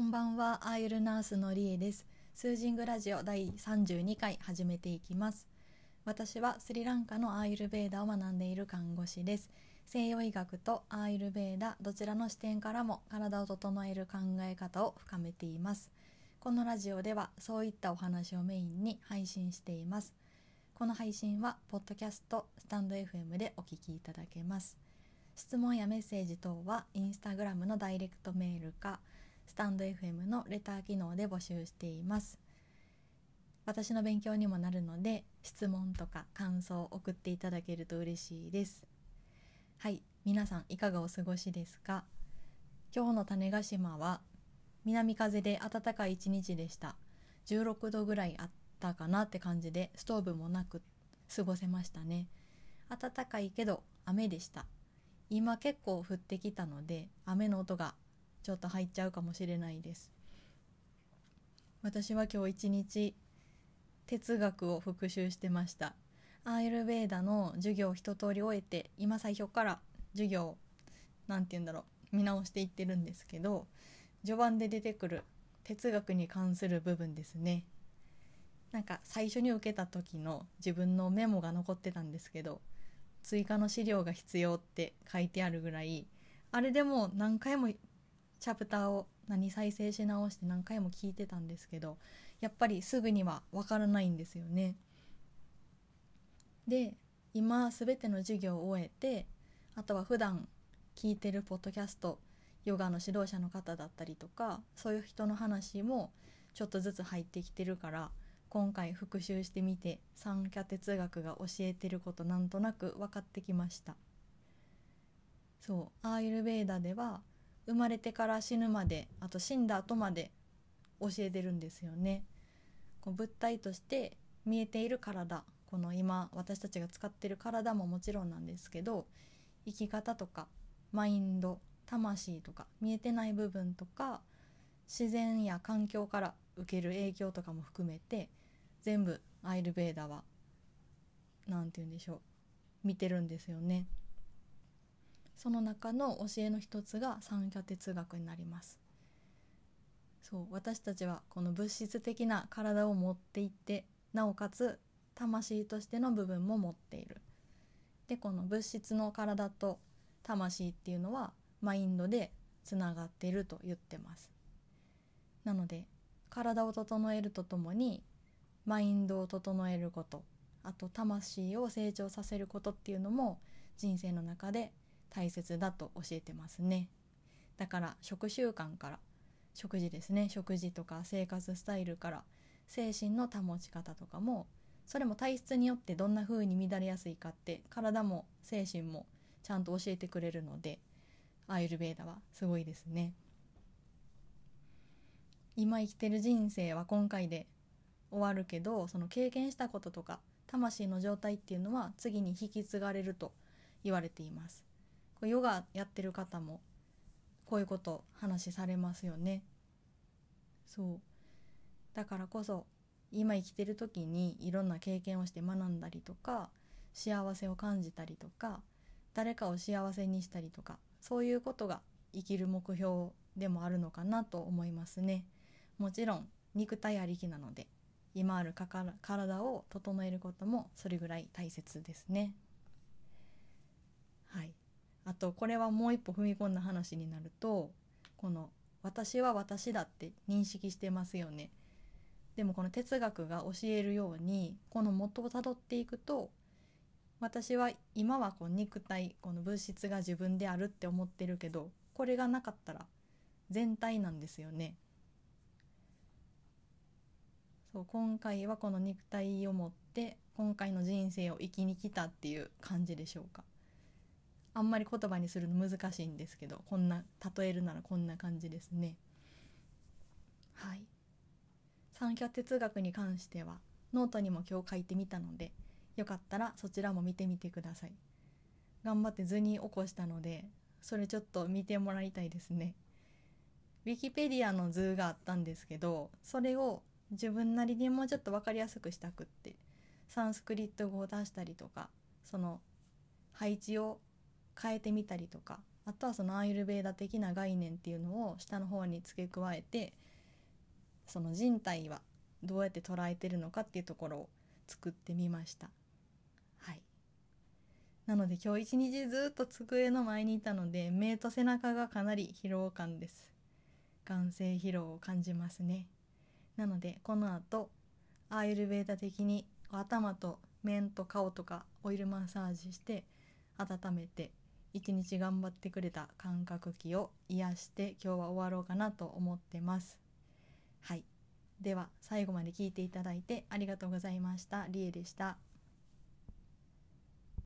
こんばんは、アーユルナースのりえです。スージングラジオ第32回始めていきます。私はスリランカのアーユルベーダを学んでいる看護師です。西洋医学とアーユルベーダどちらの視点からも体を整える考え方を深めています。このラジオではそういったお話をメインに配信しています。この配信はポッドキャスト、スタンド FM でお聞きいただけます。質問やメッセージ等はインスタグラムのダイレクトメールかスタンド FM のレター機能で募集しています。私の勉強にもなるので質問とか感想を送っていただけると嬉しいです。はい、皆さんいかがお過ごしですか？今日の種子島は南風で暖かい一日でした。16度ぐらいあったかなって感じでストーブもなく過ごせましたね。暖かいけど雨でした。今結構降ってきたので雨の音がちょっと入っちゃうかもしれないです。私は今日一日哲学を復習してました。アーユルヴェーダの授業を一通り終えて今最初から授業を見直していってるんですけど、序盤で出てくる哲学に関する部分ですね。最初に受けた時の自分のメモが残ってたんですけど、追加の資料が必要って書いてあるぐらい、あれでも何回もチャプターを再生し直して何回も聞いてたんですけど、やっぱりすぐにはわからないんですよね。で、今すべての授業を終えて、あとは普段聞いてるポッドキャスト、ヨガの指導者の方だったりとか、そういう人の話もちょっとずつ入ってきてるから、今回復習してみて三脚哲学が教えてることなんとなく分かってきました。そう、アーユルヴェーダでは生まれてから死ぬまで、あと死んだ後まで教えてるんですよね。こう物体として見えている体、この今私たちが使っている体ももちろんなんですけど、生き方とかマインド、魂とか見えてない部分とか自然や環境から受ける影響とかも含めて全部アーユルヴェーダは見てるんですよね。その中の教えの一つが三脚哲学になります。そう、私たちはこの物質的な体を持っていて、なおかつ魂としての部分も持っている。で、この物質の体と魂っていうのはマインドでつながっていると言ってます。なので体を整えるとともにマインドを整えること、あと魂を成長させることっていうのも人生の中で大切だと教えてますね。だから食習慣から、食事ですね、食事とか生活スタイルから精神の保ち方とかも、それも体質によってどんな風に乱れやすいかって体も精神もちゃんと教えてくれるので、アーユルヴェーダはすごいですね。今生きてる人生は今回で終わるけど、その経験したこととか魂の状態っていうのは次に引き継がれると言われています。ヨガやってる方もこういうこと話されますよね。そうだからこそ今生きてる時にいろんな経験をして学んだりとか、幸せを感じたりとか、誰かを幸せにしたりとか、そういうことが生きる目標でもあるのかなと思いますね。もちろん肉体ありきなので、今ある体を整えることもそれぐらい大切ですね。はい。あとこれはもう一歩踏み込んだ話になると、この私は私だって認識してますよね。でもこの哲学が教えるようにこの元をたどっていくと、私は今はこう肉体、この物質が自分であるって思ってるけど、これがなかったら全体なんですよね。そう、今回はこの肉体を持って今回の人生を生きに来たっていう感じでしょうか。あんまり言葉にするの難しいんですけど、例えるならこんな感じですね。はい。三脚哲学に関してはノートにも今日書いてみたので、よかったらそちらも見てみてください。頑張って図に起こしたので、それちょっと見てもらいたいですね。ウィキペディアの図があったんですけど、それを自分なりにもうちょっと分かりやすくしたくって、サンスクリット語を出したりとか、その配置を変えてみたりとか、 あとはそのアーユルヴェーダ的な概念っていうのを下の方に付け加えて、その人体はどうやって捉えてるのかっていうところを作ってみました。はい。なので今日一日ずっと机の前にいたので、目と背中がかなり疲労感です。眼性疲労を感じますね。なのでこの後アーユルヴェーダ的に頭と面と顔とかオイルマッサージして温めて、一日頑張ってくれた感覚器を癒して今日は終わろうかなと思ってます。はい。では最後まで聞いていただいてありがとうございました。りえでした。